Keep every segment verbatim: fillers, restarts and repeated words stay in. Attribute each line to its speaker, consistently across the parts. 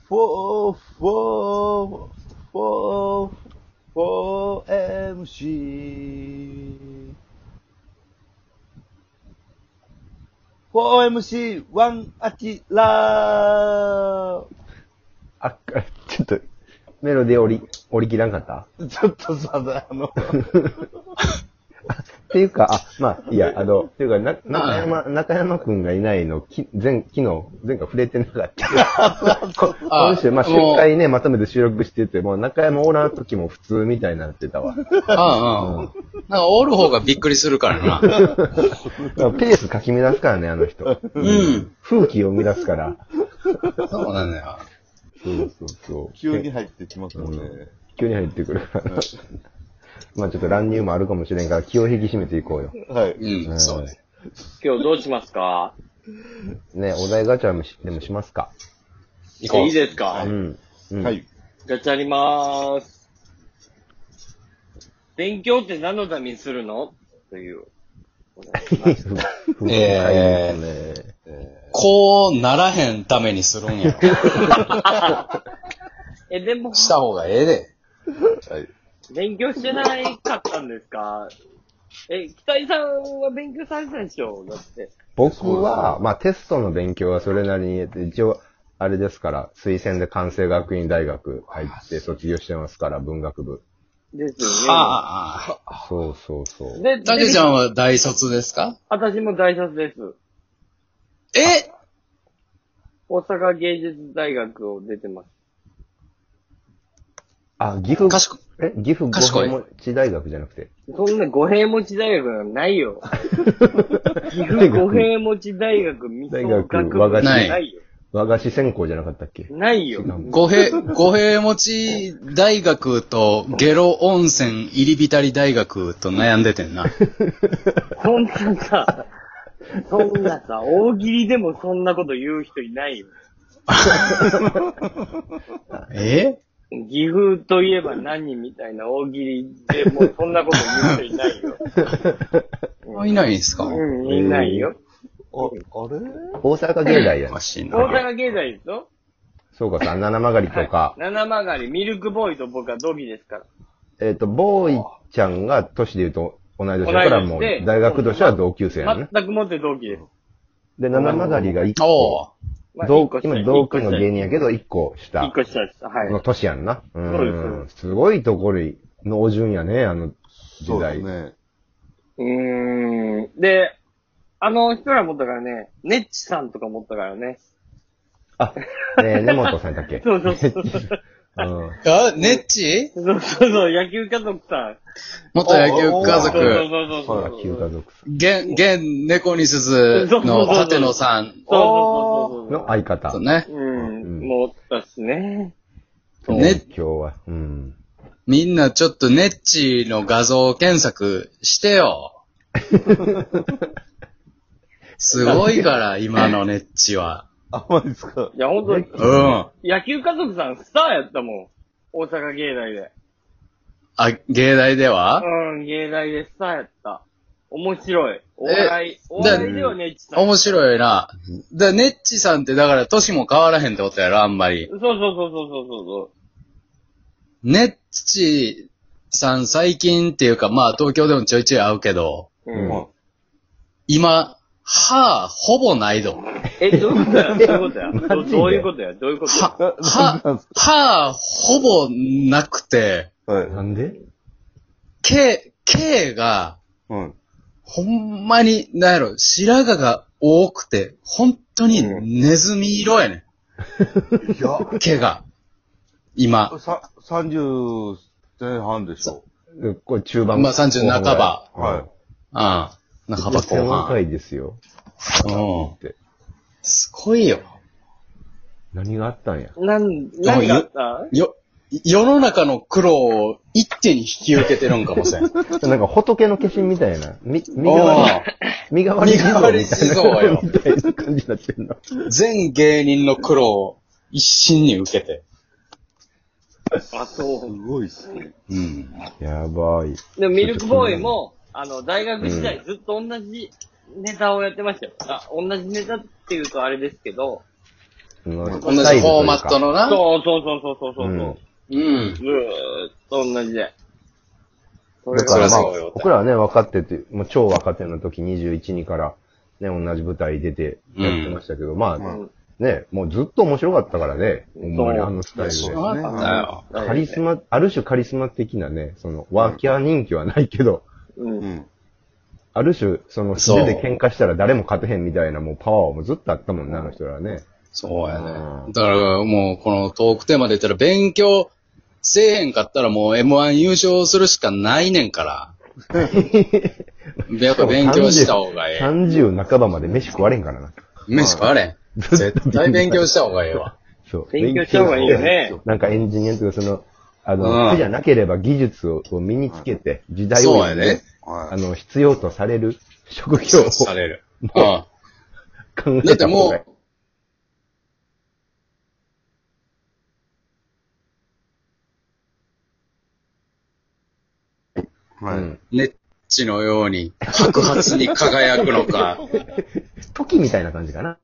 Speaker 1: フォー、フォー、フォー、フォーエムシー。フォーエムシーワンアキラー。
Speaker 2: あ、ちょっと、メロディー折り、折り切らんかった
Speaker 1: ちょっとさ、あの、
Speaker 2: っていうか、あ、まあ、いや、あの、っていうか、な、中山、中山くんがいないの、き、前、昨日、前回触れてなかった。こ今週、まあ、出回ね、まとめて収録してて、もう中山おらん時も普通みたいになってたわ。
Speaker 3: ああ、うん。なんか、おる方がびっくりするからな。
Speaker 2: ペースかき乱すからね、あの人。
Speaker 3: うん。
Speaker 2: 風紀を生み出すから。
Speaker 3: そうなんだよ。
Speaker 2: そうそうそう。
Speaker 1: 急に入ってきますもんね。
Speaker 2: 急に入ってくるから。まあちょっと乱入もあるかもしれんから、気を引き締めていこうよ。
Speaker 1: はい。
Speaker 3: うん、そうね。
Speaker 4: 今日どうしますか？
Speaker 2: ね、お題ガチャもしでもしますか。
Speaker 4: いいですか？
Speaker 2: うん。うん、
Speaker 1: はい。
Speaker 4: ガチャりまーす。勉強って何のためにするのという。
Speaker 3: えー、こうならへんためにするんや。
Speaker 4: え、でも、
Speaker 3: した方がええで。
Speaker 1: はい。
Speaker 4: 勉強してないかったんですか？え、北井さんは勉強されてたでしょ？だって。
Speaker 2: 僕は、まあテストの勉強はそれなりに、一応、あれですから、推薦で関西学院大学入って卒業してますから、文学部。
Speaker 4: ですよね。
Speaker 3: はあ。
Speaker 2: そうそうそう。
Speaker 4: で、
Speaker 3: たけちゃんは大卒ですか？
Speaker 4: 私も大卒です。
Speaker 3: え
Speaker 4: 大阪芸術大学を出てます。
Speaker 2: あ、岐阜、
Speaker 3: 賢い
Speaker 2: え、岐阜五平餅大学じゃなくて。
Speaker 4: そんな五平餅大学なんかないよ。岐阜五平餅大学味噌学部ないよ。
Speaker 2: 和菓子専攻じゃなかったっけ？
Speaker 4: ないよ。
Speaker 3: 五平、五平餅大学とゲロ温泉入り浸り大学と悩んでてんな。
Speaker 4: そんなさ、そんなさ、大喜利でもそんなこと言う人いないよ。
Speaker 3: え
Speaker 4: 岐阜といえば何みたいな大喜利でもうそんなこと言う人いないよ。
Speaker 3: いないんすか？
Speaker 4: うん、いないよ。
Speaker 1: あ、あれ
Speaker 2: 大阪芸大やね。
Speaker 4: 大阪芸大ですよ。
Speaker 2: そうかさ、七曲りとか。
Speaker 4: 七曲り、ミルクボーイと僕は同期ですから。
Speaker 2: えっと、ボーイちゃんが年で言うと同い年だからもう、大学年は同級生やね。
Speaker 4: 全くもって同期です。
Speaker 2: で、七曲りが一
Speaker 3: 個。
Speaker 2: 同今同期の芸人やけど一個下。
Speaker 4: 一個下です。はい。
Speaker 2: の年やんな。う
Speaker 4: ん。
Speaker 2: すごいところのお順やね、あの時代。
Speaker 1: そうですね。
Speaker 4: うーん。で、あの人ら持ったからね、ネッチさんとか持ったからね。
Speaker 2: あ、えー、根本さんだっけ？
Speaker 4: そうそうそう。
Speaker 2: うん、
Speaker 3: あ、ネッチ？
Speaker 4: そうそうそう、野球家族さん。
Speaker 3: 元野球家族。
Speaker 4: そうそうそう。
Speaker 2: 野球家族さん。
Speaker 3: 現、現猫に鈴の舘野さん。
Speaker 4: そうそうそう。
Speaker 2: の相方。
Speaker 3: そうね。
Speaker 4: うん。持ったしね。
Speaker 2: ね。今日は。うん。
Speaker 3: みんなちょっとネッチの画像検索してよ。すごいから、今のネッチは。
Speaker 1: あ、まですか。
Speaker 4: いや、ほんとに。
Speaker 3: うん。
Speaker 4: 野球家族さんスターやったもん。大阪芸大で。
Speaker 3: あ、芸大では？
Speaker 4: うん、芸大でスターやった。面白い。お笑い。お笑いではネッチさん。
Speaker 3: 面白いな。だネッチさんってだから年も変わらへんってことやろ、あんまり。
Speaker 4: そうそうそうそうそうそう。
Speaker 3: ネッチさん最近っていうか、まあ東京でもちょいちょい会うけど、
Speaker 4: うん、
Speaker 3: 今、歯、ほぼないど。
Speaker 4: え、どういうことやどういうことやどういうことやどういうことや
Speaker 3: 歯、歯、ほぼなくて、
Speaker 1: はい。
Speaker 2: なんで？
Speaker 3: 毛、毛が、
Speaker 1: うん。
Speaker 3: ほんまに、なんやろ、白髪が多くて、本当にネズミ色やねん。
Speaker 1: いや、
Speaker 3: 毛が。今。
Speaker 1: さ、さんじゅう前半でしょ。
Speaker 2: これ中盤。
Speaker 3: まあさんじゅう半ば。
Speaker 1: はい。
Speaker 3: ああ。半ば後半。
Speaker 2: 若いですよ。
Speaker 3: うん。すごいよ。
Speaker 2: 何があったんや。
Speaker 4: なん、何があった
Speaker 3: よ、世の中の苦労を一手に引き受けてるんかもしれん。
Speaker 2: なんか仏の化身みたいな。み、身代わり、身代わり
Speaker 3: 地蔵よ。
Speaker 2: みたいな感じになってんの。
Speaker 3: 全芸人の苦労を一心に受けて。
Speaker 4: あ、そう。
Speaker 1: すごいっすね。
Speaker 3: うん。
Speaker 2: やばい。
Speaker 4: でもミルクボーイも、あの、大学時代ずっと同じネタをやってましたよ。あ、同じネタっていうとあれですけど、
Speaker 2: 同
Speaker 3: じフォーマットのな。
Speaker 4: そうそうそうそうそうそう。うん。
Speaker 3: うん。
Speaker 4: ずーっと同じで。
Speaker 2: だからまあ、僕らはね、若手って、もう超若手の時にじゅういち、にからね、同じ舞台出てやってましたけど、うん、まあ、うん、ね、もうずっと面白かったからね、ほんまにあのスタイルで。そうだよ。カリスマ、ある種カリスマ的なね、その、ワーキャー人気はないけど、うん、ある種、その、素手で喧嘩したら誰も勝てへんみたいなもうパワーもずっとあったもんね、あの人らはね。
Speaker 3: そうやね。うん、だからもう、このトークテーマで言ったら、勉強せえへんかったらもう エムワン 優勝するしかないねんから。やっぱ勉強した方がええ。
Speaker 2: さんじゅう半ばまで飯食われんからな。
Speaker 3: 飯食われん。絶対勉強した方がええわ。
Speaker 4: そう。勉強した方がいいよね。
Speaker 2: なんかエンジニアとかその、あの、苦じゃなければ技術を身につけて、時代を、
Speaker 3: そうやね。
Speaker 2: あの、必要とされる職業を。
Speaker 3: される。
Speaker 2: うん。考え
Speaker 3: だってもう、はい。ネッチのように白髪に輝くのか。
Speaker 2: 時みたいな感じかな。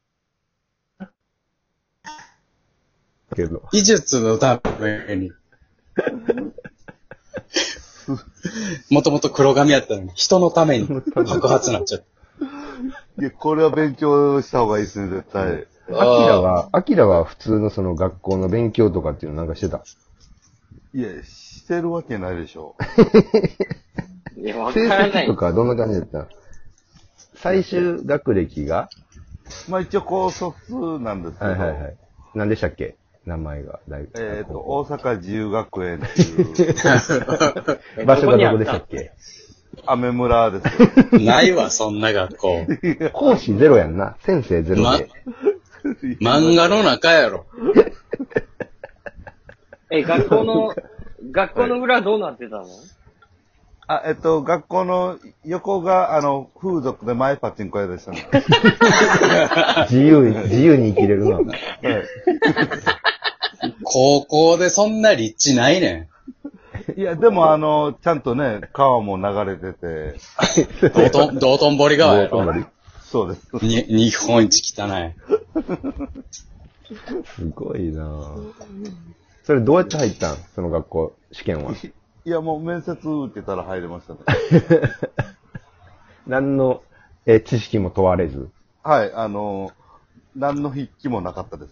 Speaker 2: けど。
Speaker 3: 技術のために。もともと黒髪やったのに、人のために白髪になっちゃった。
Speaker 1: いや、これは勉強した方がいいですね、絶対。
Speaker 2: アキラは、アキラは普通のその学校の勉強とかっていうのなんかしてた？
Speaker 1: いや、してるわけないでしょ。
Speaker 4: いや、わからない。
Speaker 2: 成績とかどんな感じだった？最終学歴が？
Speaker 1: まあ一応高卒なんですけど。
Speaker 2: はいはいはい。何でしたっけ？名前が。
Speaker 1: えっと、大阪自由学園っていう。
Speaker 2: 場所がどこでしたっけ？
Speaker 1: アメ村です。
Speaker 3: ないわ、そんな学校。
Speaker 2: 講師ゼロやんな。先生ゼロで。
Speaker 3: ま、漫画の中やろ。
Speaker 4: え、学校の、学校の裏どうなってたの？
Speaker 1: あ、えっと、学校の横が、あの、風俗で前パチンコ屋でしたね。
Speaker 2: 自由に、自由に生きれるな。はい。
Speaker 3: 高校でそんな立地ないね
Speaker 1: ん。いや、でもあの、ちゃんとね、川も流れてて。
Speaker 3: 道頓、道頓堀川やろ。
Speaker 1: そうです。
Speaker 3: に、日本一汚い。
Speaker 2: すごいなぁ。それどうやって入ったん？その学校、試験は。
Speaker 1: いや、もう面接受けたら入れましたね。
Speaker 2: 何の、え、知識も問われず。
Speaker 1: はい、あの、何の筆記もなかったです。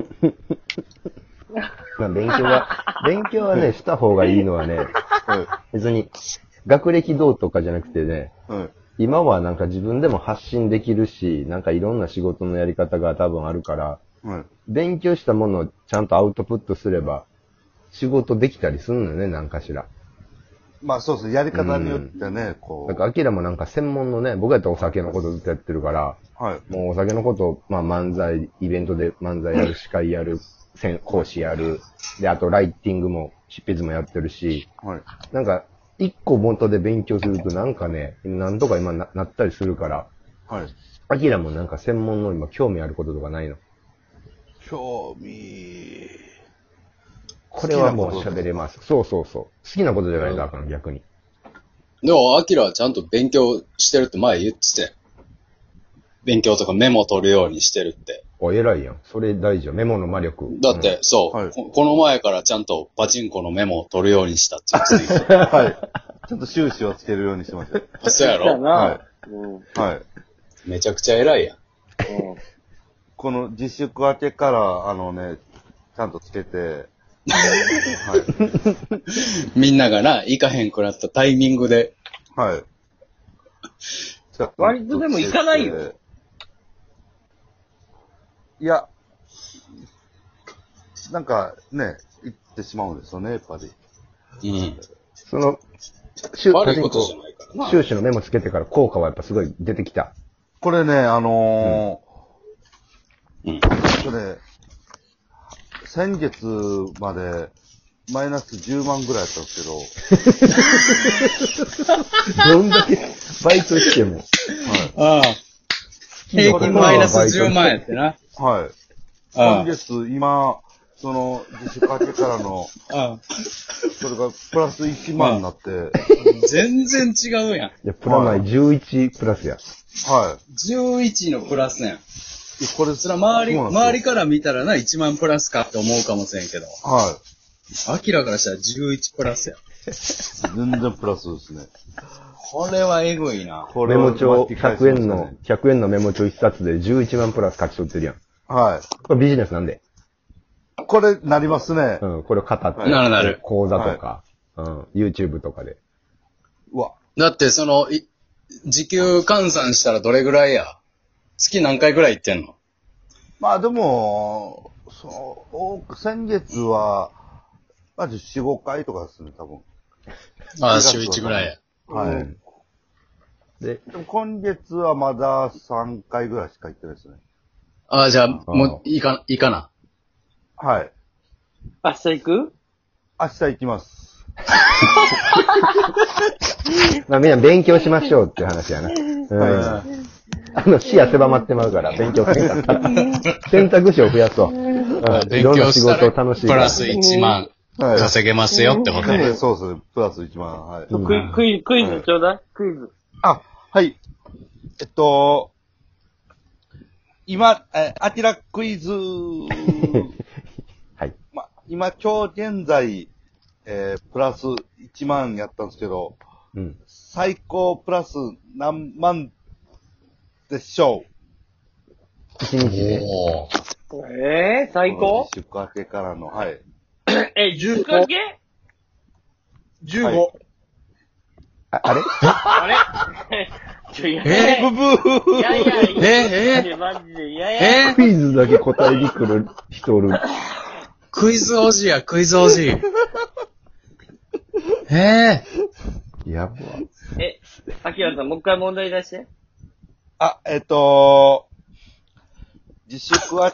Speaker 2: まあ勉強は、勉強はね、した方がいいのはね、別に、学歴どうとかじゃなくてね、はい、今はなんか自分でも発信できるし、なんかいろんな仕事のやり方が多分あるから、はい、勉強したものをちゃんとアウトプットすれば、仕事できたりするのよね、なんかしら。
Speaker 1: まあそうです。やり方によってね、うん、こう。
Speaker 2: なんか、アキラもなんか専門のね、僕やったらお酒のことずっとやってるから、はい。もうお酒のことを、まあ漫才、イベントで漫才やる、司会やる、講師やる、で、あとライティングも、執筆もやってるし、はい。なんか、一個元で勉強するとなんかね、なんとか今 な, なったりするから、はい。アキラもなんか専門の今興味あることとかないの？
Speaker 1: 興味。
Speaker 2: これはもう喋れます。そうそうそう。好きなことじゃないとあかん、逆に。
Speaker 3: でも、アキラはちゃんと勉強してるって前言ってて。勉強とかメモ取るようにしてるって。
Speaker 2: お、偉いやん。それ大事よ。メモの魔力。
Speaker 3: だって、うん、そう、はいこ。この前からちゃんとパチンコのメモを取るようにしたって言ってた。
Speaker 1: はい。ちょっと収支をつけるようにしてました。
Speaker 3: そうやろ？
Speaker 1: はい、うん。はい。
Speaker 3: めちゃくちゃ偉いやん。
Speaker 1: うん、この自粛明けから、あのね、ちゃんとつけて、はい、
Speaker 3: みんながな、行かへんくなったタイミングで。
Speaker 1: はい。
Speaker 4: 割とでも行かないよ。
Speaker 1: いや、なんかね、行ってしまうんですよね、やっぱり。
Speaker 3: うん。
Speaker 2: その、収悪いことじゃないからな。収支のメモつけてから効果はやっぱすごい出てきた。
Speaker 1: これね、あのー、うん。これ、先月までマイナスじゅうまんぐらいやったんです
Speaker 2: けど。どんだけバイトしても。はい。
Speaker 3: ああ。平均マイナスじゅうまんやってな。
Speaker 1: はい。今月、今、その、自粛明けからの、ああそれがプラスいちまんになって。
Speaker 3: 全然違うやん。い
Speaker 2: や、プラマイじゅういちプラスや。
Speaker 1: はい。
Speaker 3: じゅういちのプラスやん。 これ、それ周り、周りから見たらな、いちまんプラスかって思うかもしれんけど。
Speaker 1: はい。
Speaker 3: アキラからしたらじゅういちプラスや。
Speaker 1: 全然プラスですね。
Speaker 3: これはエグいな。
Speaker 2: これメモ帳、ひゃくえんの、ひゃくえんのメモ帳一冊でじゅういちまんプラス勝ち取ってるやん。
Speaker 1: はい。
Speaker 2: これビジネスなんで。
Speaker 1: これ、なりますね。
Speaker 2: うん、これを語って。
Speaker 3: なるなる。
Speaker 2: 講座とか、はい、うん、YouTube とかで。
Speaker 1: うわ。
Speaker 3: だってその、い、時給換算したらどれぐらいや？月何回ぐらい行ってんの？
Speaker 1: まあでも、そう、先月は、まずよん、ごかいとかですね、多分。
Speaker 3: ああ、週いちぐらいや。
Speaker 1: はい。うん、で、でも今月はまださんかいぐらいしか行ってないですね。
Speaker 3: ああ、じゃあ、もう、いいか、いいかな。
Speaker 1: はい。
Speaker 4: 明日行く？
Speaker 1: 明日行きます。
Speaker 2: まあみんな勉強しましょうっていう話やな。うん、はい。あの、視野狭まってまうから、勉強せんかったら。選択肢を増やそう。
Speaker 3: 勉強したら、プラスいちまん稼げますよってことね。
Speaker 1: はい、そうですね。プラスいちまん。はい。
Speaker 4: クイクイクイズちょうだい、クイズ。
Speaker 1: あ、はい。えっと、今、え、アキラクイズ。
Speaker 2: はい。
Speaker 1: ま、今、今日現在、えー、プラスいちまんやったんですけど、
Speaker 2: うん、
Speaker 1: 最高プラス何万でしょう？
Speaker 2: 一日で。
Speaker 4: えー、最高？
Speaker 1: 自粛明けからの、はい。
Speaker 4: え、じゅうかけ？ じゅうご。はい、
Speaker 2: あ、あれ
Speaker 4: あれちょ、いや
Speaker 3: え
Speaker 1: ー、ブブー
Speaker 4: いやいやいや。
Speaker 3: えー、
Speaker 4: マジで、いやいや。
Speaker 2: えー、クイズだけ答えに来る人おる。
Speaker 3: クイズおじや、クイズおじ。ええ
Speaker 2: ー。やば。
Speaker 4: え、アキラさん、もう一回問題出して。
Speaker 1: あ、えっと、自粛明